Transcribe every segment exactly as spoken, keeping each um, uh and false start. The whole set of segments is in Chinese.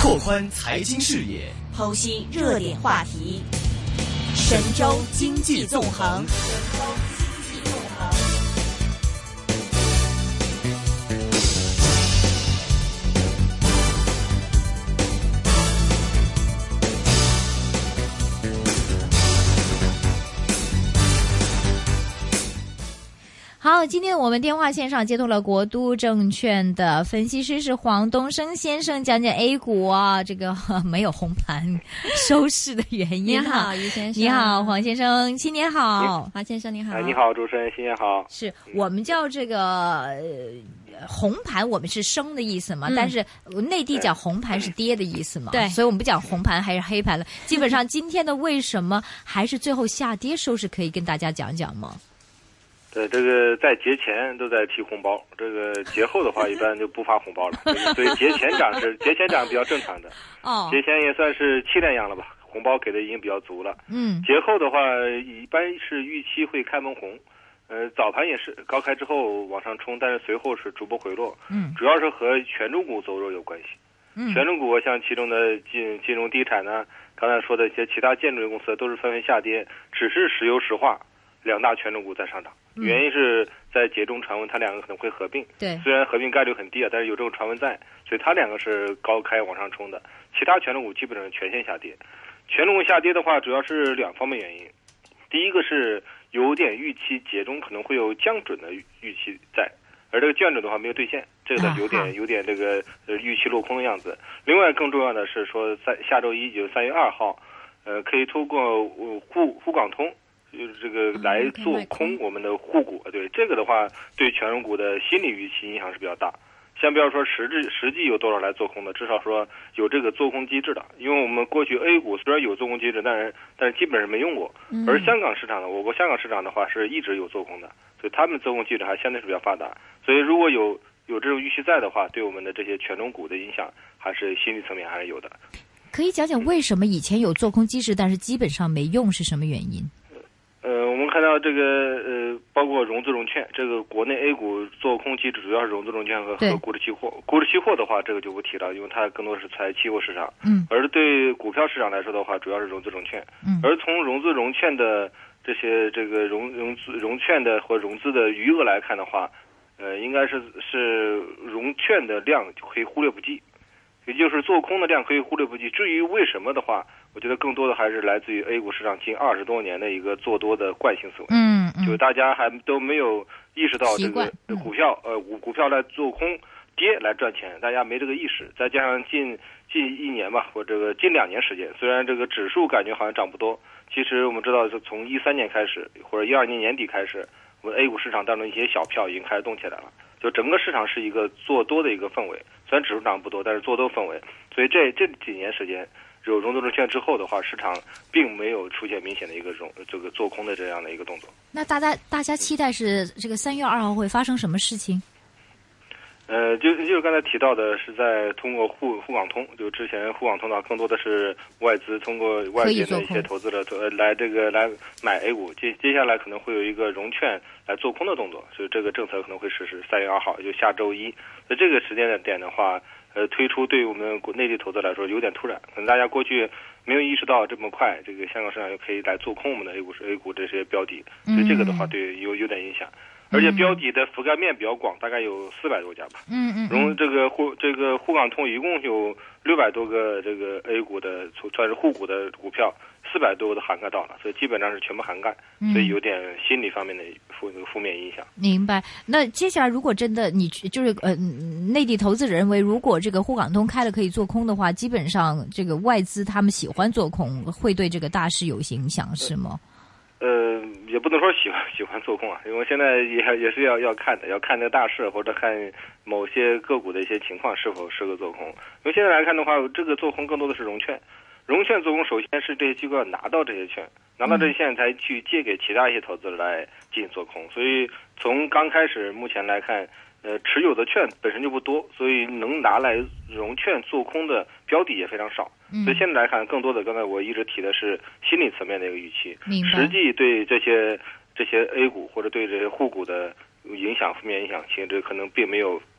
拓宽财经视野， 剖析热点话题，神州经济纵横。好，今天我们电话线上接通了国都证券的分析师是黄东升先生，讲讲 A 股啊，这个没有红盘收市的原因。 你好，于先生。 你好，黄先生，新年好。 黄先生你好。 哎，你好，主持人，新年好。 是我们叫这个、呃、红盘，我们是升的意思嘛、嗯、但是内地讲红盘是跌的意思嘛， 对， 所以我们不讲红盘还是黑盘了。基本上今天的为什么还是最后下跌收市，可以跟大家讲讲吗？ 对，这个在节前都在提红包，这个节后的话一般就不发红包了。所以节前涨是节前涨比较正常的。 哦， 节前也算是气量样了吧，红包给的已经比较足了。 嗯， 节后的话一般是预期会开门红，呃，早盘也是高开之后往上冲，但是随后是逐步回落。 嗯， 主要是和权重股走弱有关系。 嗯， 权重股像其中的金金融地产呢，刚才说的一些其他建筑类公司都是纷纷下跌，只是石油石化两大权重股在上涨。原因是在节中传闻，它两个可能会合并。 对， 虽然合并概率很低啊，但是有这种传闻在，所以它两个是高开往上冲的。其他权重股基本上全线下跌。权重股下跌的话，主要是两方面原因。第一个是有点预期节中可能会有降准的预期在，而这个降准的话没有兑现，这个有点有点这个呃预期落空的样子。另外更重要的是说，在下周一，就是三月二号，呃，可以通过呃沪沪港通。就是这个来做空我们的沪股，对这个的话，对权重股的心理预期影响是比较大。先不要说实质实际有多少来做空的，至少说有这个做空机制的。因为我们过去 A 股虽然有做空机制，但是但是基本上没用过。而香港市场呢，我国香港市场的话是一直有做空的，所以他们做空机制还相对是比较发达。所以如果有有这种预期在的话，对我们的这些权重股的影响，还是心理层面还是有的。 可以讲讲为什么以前有做空机制，但是基本上没用是什么原因？ 呃，我们看到这个呃，包括融资融券，这个国内 A 股做空机制主要是融资融券和和股指期货。股指期货的话，这个就不提了，因为它更多是在期货市场。 嗯。 而对股票市场来说的话，主要是融资融券。 嗯。 而从融资融券的这些这个融融资融券的或融资的余额来看的话，呃，应该是是融券的量可以忽略不计，也就是做空的量可以忽略不计。至于为什么的话，我觉得更多的还是来自于 A 股市场近二十多年的一个做多的惯性思维。 嗯嗯， 就大家还都没有意识到这个股票，呃，股股票来做空跌来赚钱，大家没这个意识。再加上近近一年吧，或这个近两年时间，虽然这个指数感觉好像涨不多，其实我们知道是从一三年开始，或者一二年年底开始，我们 A 股市场当中一些小票已经开始动起来了。就整个市场是一个做多的一个氛围，虽然指数涨不多，但是做多氛围。所以这这几年时间。有融资融券之后的话，市场并没有出现明显的一个融这个做空的这样的一个动作。 那大家大家期待是这个三月二号会发生什么事情？ 呃，就就是刚才提到的，是在通过沪沪港通，就之前沪港通的话，更多的是外资通过外边的一些投资者呃来这个来买 A 股，接接下来可能会有一个融券来做空的动作，所以这个政策可能会实施三月二号，就下周一。所以这个时间点的话。呃，推出对于我们国内地投资来说有点突然，可能大家过去没有意识到这么快，这个香港市场就可以来做空我们的 A 股、A 股这些标的，所以这个的话对有有点影响，而且标的的覆盖面比较广，大概有四百多家吧。 嗯嗯。 融这个沪这个沪港通一共有六百多个这个 A 股的算是沪股的股票，四百多个都涵盖到了，所以基本上是全部涵盖，所以有点心理方面的负负面影响。 明白。那接下来如果真的你就是呃内地投资者认为，如果这个沪港通开了可以做空的话，基本上这个外资他们喜欢做空，会对这个大势有影响，是吗？ 呃，也不能说喜欢喜欢做空啊，因为现在也也是要要看的，要看那个大势或者看某些个股的一些情况是否适合做空。因为现在来看的话，这个做空更多的是融券。融券做空首先是这些机构要拿到这些券，拿到这些券才去借给其他一些投资者来进行做空。所以从刚开始目前来看，呃，持有的券本身就不多，所以能拿来融券做空的标的也非常少。所以现在来看，更多的刚才我一直提的是心理层面的一个预期，实际对这些这些 A 股或者对这些沪股的影响、负面影响，其实可能并没有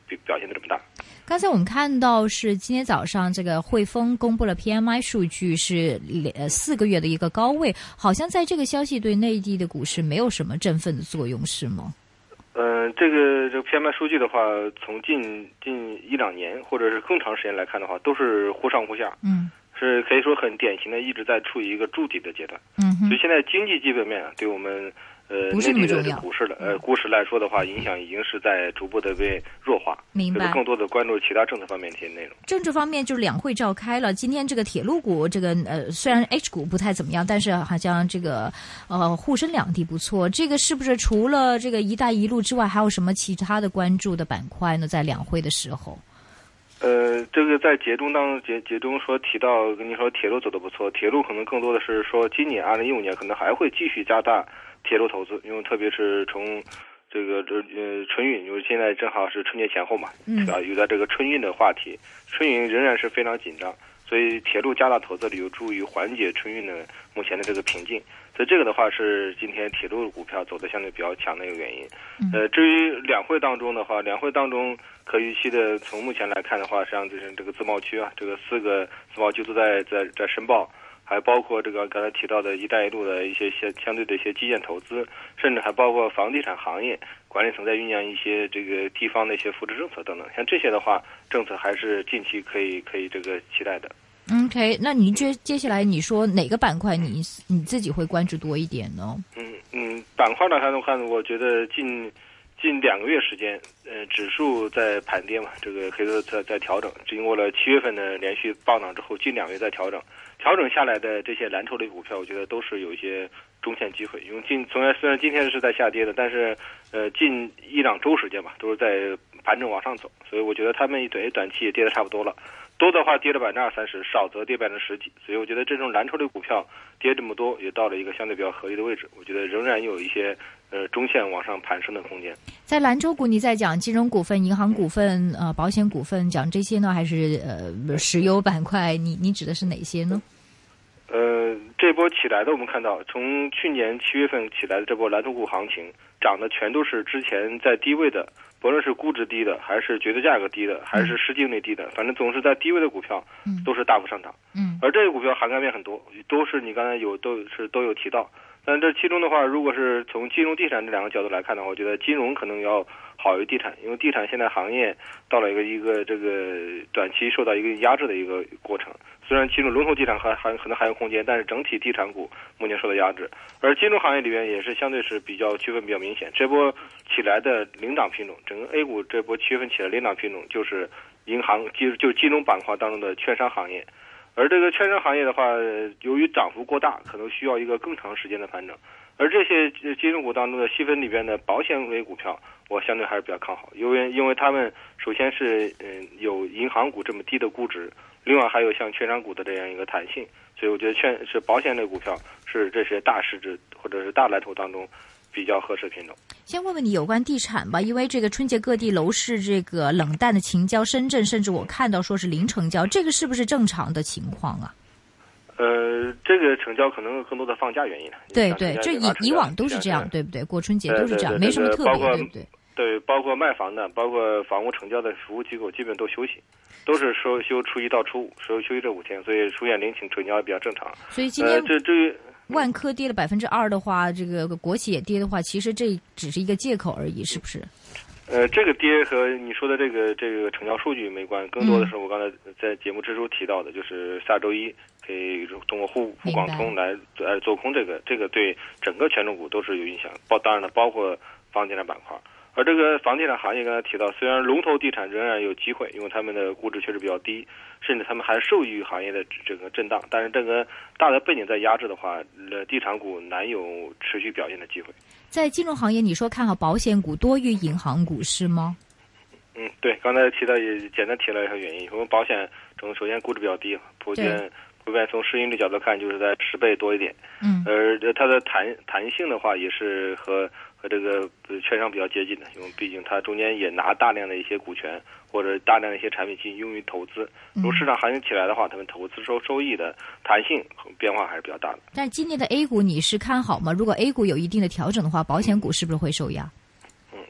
表现的这么大。 刚才我们看到是今天早上这个汇丰公布了 P M I 数据，是呃四个月的一个高位，好像在这个消息对内地的股市没有什么振奋的作用，是吗？ 嗯、呃，这个这个 P M I 数据的话，从近近一两年或者是更长时间来看的话，都是忽上忽下， 嗯， 是可以说很典型的一直在处于一个筑底的阶段。 嗯哼， 所以现在经济基本面啊，对我们呃不是那么重要。 内地的股市的呃股市来说的话，影响已经是在逐步的被弱化。 明白。 就是更多的关注其他政策方面的一些内容。 政治方面就是两会召开了，今天这个铁路股这个呃虽然 H 股不太怎么样，但是好像这个呃沪深两地不错。这个是不是除了这个一带一路之外，还有什么其他的关注的板块呢？在两会的时候？ 呃，这个在节中当节节中说提到，跟你说铁路走得不错，铁路可能更多的是说今年二零一五年可能还会继续加大铁路投资，因为特别是从这个这呃春运，因为现在正好是春节前后嘛， 嗯， 啊，有了这个春运的话题，春运仍然是非常紧张，所以铁路加大投资有助于缓解春运的目前的这个瓶颈，所以这个的话是今天铁路股票走得相对比较强的一个原因。呃，至于两会当中的话，两会当中可预期的，从目前来看的话，实际上就是这个自贸区啊，这个四个自贸区都在在在申报。还包括这个刚才提到的一带一路的一些相相对的一些基建投资，甚至还包括房地产行业管理层在酝酿一些这个地方的一些扶持政策等等，像这些的话，政策还是近期可以可以这个期待的。 OK， 那您接接下来你说哪个板块你你自己会关注多一点呢？ 嗯嗯，板块来看的话，我觉得近近两个月时间，呃，指数在盘跌嘛，这个可以说在在调整，经过了七月份的连续暴涨之后，近两个月在调整。调整下来的这些蓝筹类股票，我觉得都是有一些中线机会。因为近从来虽然今天是在下跌的，但是呃近一两周时间吧，都是在盘整往上走，所以我觉得他们短短期也跌得差不多了。多的话跌了百分之二三十，少则跌百分之十几。所以我觉得这种蓝筹类股票跌这么多，也到了一个相对比较合理的位置。我觉得仍然有一些呃中线往上攀升的空间。在蓝筹股，你在讲金融股份、银行股份、呃保险股份，讲这些呢，还是呃石油板块？你你指的是哪些呢？ 呃，这波起来的，我们看到从去年七月份起来的这波蓝筹股行情，涨的全都是之前在低位的，不论是估值低的，还是绝对价格低的，还是市净率低的，反正总是在低位的股票，都是大幅上涨。嗯，而这个股票涵盖面很多，都是你刚才有都是都有提到。但这其中的话，如果是从金融、地产这两个角度来看的话，我觉得金融可能要好于地产，因为地产现在行业到了一个一个这个短期受到一个压制的一个过程。虽然其中龙头地产还还可能还有空间，但是整体地产股目前受到压制，而金融行业里面也是相对是比较区分比较明显。这波起来的领涨品种，整个 A 股这波七月份起来领涨品种就是银行，就就金融板块当中的券商行业。而这个券商行业的话，由于涨幅过大，可能需要一个更长时间的盘整。而这些金融股当中的细分里边的保险类股票，我相对还是比较看好，因为因为他们首先是嗯有银行股这么低的估值，另外还有像券商股的这样一个弹性，所以我觉得券是保险类股票是这些大市值或者是大蓝筹当中比较合适的品种。 先问问你有关地产吧，因为这个春节各地楼市这个冷淡的情交，深圳甚至我看到说是零成交，这个是不是正常的情况啊？ 呃，这个成交可能更多的放假原因了。 对对，这以以往都是这样，对不对？过春节都是这样， 对对对， 没什么特别，对不对？ 对，包括卖房的，包括房屋成交的服务机构，基本都休息，都是收休初一到初五，收休息这五天，所以出现零请成交比较正常。 所以今天、 呃、这至于万科跌了百分之二的话，这个国企也跌的话，其实这只是一个借口而已，是不是？ 呃，这个跌和你说的这个这个成交数据没关，更多的是我刚才在节目之中提到的，就是下周一可以通过沪沪广通来来做空这个，这个对整个权重股都是有影响，包当然了，包括房地产板块。而这个房地产行业刚才提到，虽然龙头地产仍然有机会，因为他们的估值确实比较低，甚至他们还受益于行业的这个震荡，但是这个大的背景在压制的话，呃，地产股难有持续表现的机会。 在金融行业，你说看好保险股多于银行股是吗？ 嗯，对，刚才提到也简单提了一下原因，因为保险从首先估值比较低，普遍普遍从市盈率角度看就是在十倍多一点，嗯，而它的弹弹性的话也是和和这个券商比较接近的，因为毕竟它中间也拿大量的一些股权或者大量的一些产品去用于投资，如果市场行情起来的话，他们投资收收益的弹性变化还是比较大的。 但今年的 A 股你是看好吗？如果 A 股有一定的调整的话，保险股是不是会受压？ 嗯，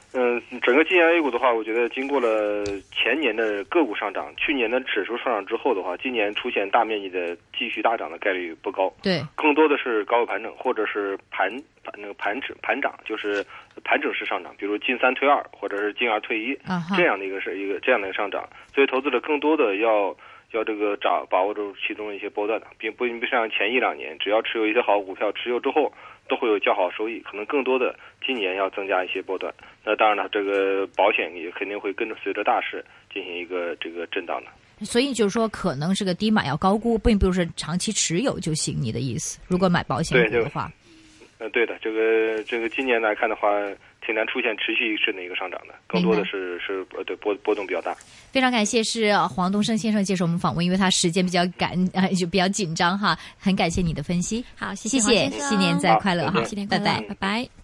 嗯，整个今年 A 股的话，我觉得经过了前年的个股上涨，去年的指数上涨之后的话，今年出现大面积的继续大涨的概率不高。 对， 更多的是高位盘整，或者是盘盘那个盘整盘涨，就是盘整式上涨，比如进三退二，或者是进二退一， 啊、 这样的一个是一个这样的一个上涨。所以投资者更多的要要这个掌把握住其中的一些波段的，并不不像前一两年，只要持有一些好股票，持有之后都会有较好收益。可能更多的今年要增加一些波段。那当然了，这个保险也肯定会跟着随着大势进行一个这个震荡的。 所以就是说，可能这个低买要高估，并不是长期持有就行。你的意思，如果买保险股的话， 呃，对的，这个这个今年来看的话，挺难出现持续性的一个上涨的，更多的是是呃对波波动比较大。 非常感谢是黄东升先生接受我们访问，因为他时间比较赶，呃就比较紧张哈，很感谢你的分析。 好，谢谢谢黄先生， 新年再快乐哈， 新年快乐， 拜拜拜拜。